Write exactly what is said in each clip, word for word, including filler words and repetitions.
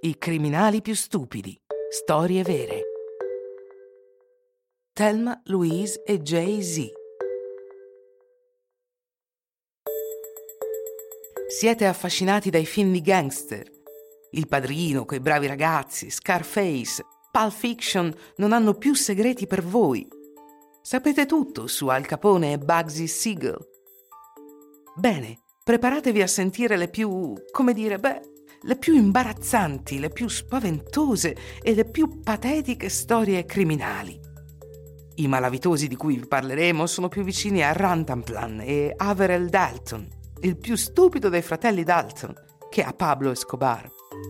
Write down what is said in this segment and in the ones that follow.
I criminali più stupidi. Storie vere. Thelma, Louise e Jay-Z. Siete affascinati dai film di gangster? Il Padrino, Quei bravi ragazzi, Scarface, Pulp Fiction non hanno più segreti per voi. Sapete tutto su Al Capone e Bugsy Siegel. Bene, preparatevi a sentire le più, come dire, beh, le più imbarazzanti, le più spaventose e le più patetiche storie criminali. I malavitosi di cui vi parleremo sono più vicini a Rantanplan e Averell Dalton, il più stupido dei fratelli Dalton, che a Pablo Escobar.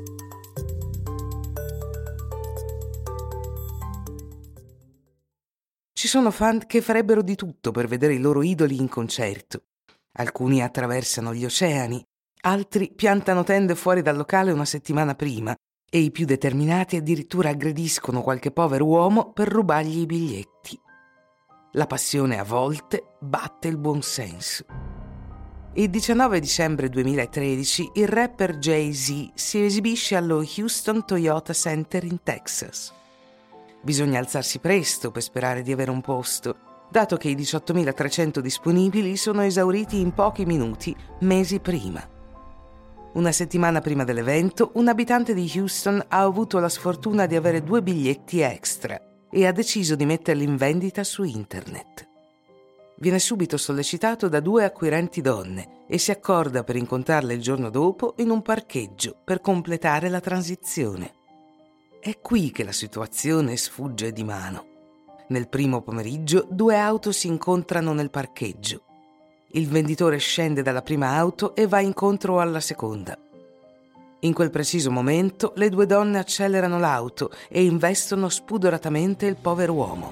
Ci sono fan che farebbero di tutto per vedere i loro idoli in concerto. Alcuni attraversano gli oceani, altri piantano tende fuori dal locale una settimana prima e i più determinati addirittura aggrediscono qualche povero uomo per rubargli i biglietti. La passione a volte batte il buonsenso. Il diciannove dicembre duemilatredici il rapper Jay-Z si esibisce allo Houston Toyota Center in Texas. Bisogna alzarsi presto per sperare di avere un posto, dato che i diciottomilatrecento disponibili sono esauriti in pochi minuti, mesi prima. Una settimana prima dell'evento, un abitante di Houston ha avuto la sfortuna di avere due biglietti extra e ha deciso di metterli in vendita su internet. Viene subito sollecitato da due acquirenti donne e si accorda per incontrarle il giorno dopo in un parcheggio per completare la transizione. È qui che la situazione sfugge di mano. Nel primo pomeriggio due auto si incontrano nel parcheggio. Il venditore scende dalla prima auto e va incontro alla seconda. In quel preciso momento le due donne accelerano l'auto e investono spudoratamente il povero uomo.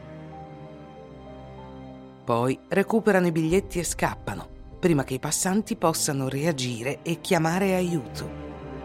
Poi recuperano i biglietti e scappano, prima che i passanti possano reagire e chiamare aiuto.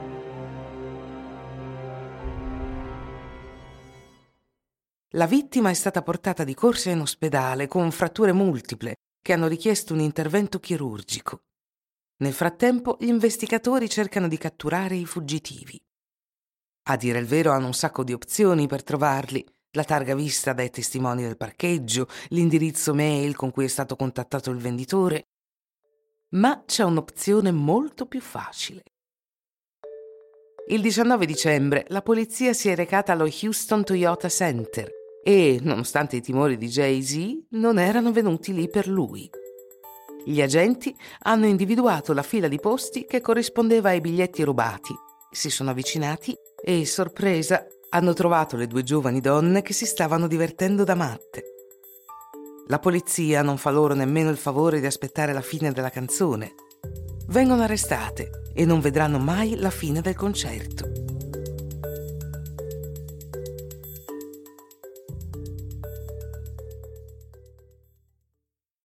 La vittima è stata portata di corsa in ospedale con fratture multiple che hanno richiesto un intervento chirurgico. Nel frattempo, gli investigatori cercano di catturare i fuggitivi. A dire il vero, hanno un sacco di opzioni per trovarli: la targa vista dai testimoni del parcheggio, l'indirizzo mail con cui è stato contattato il venditore. Ma c'è un'opzione molto più facile. Il diciannove dicembre la polizia si è recata allo Houston Toyota Center e, nonostante i timori di Jay-Z, non erano venuti lì per lui. Gli agenti hanno individuato la fila di posti che corrispondeva ai biglietti rubati, si sono avvicinati e, sorpresa, hanno trovato le due giovani donne che si stavano divertendo da matte. La polizia non fa loro nemmeno il favore di aspettare la fine della canzone. Vengono arrestate e non vedranno mai la fine del concerto.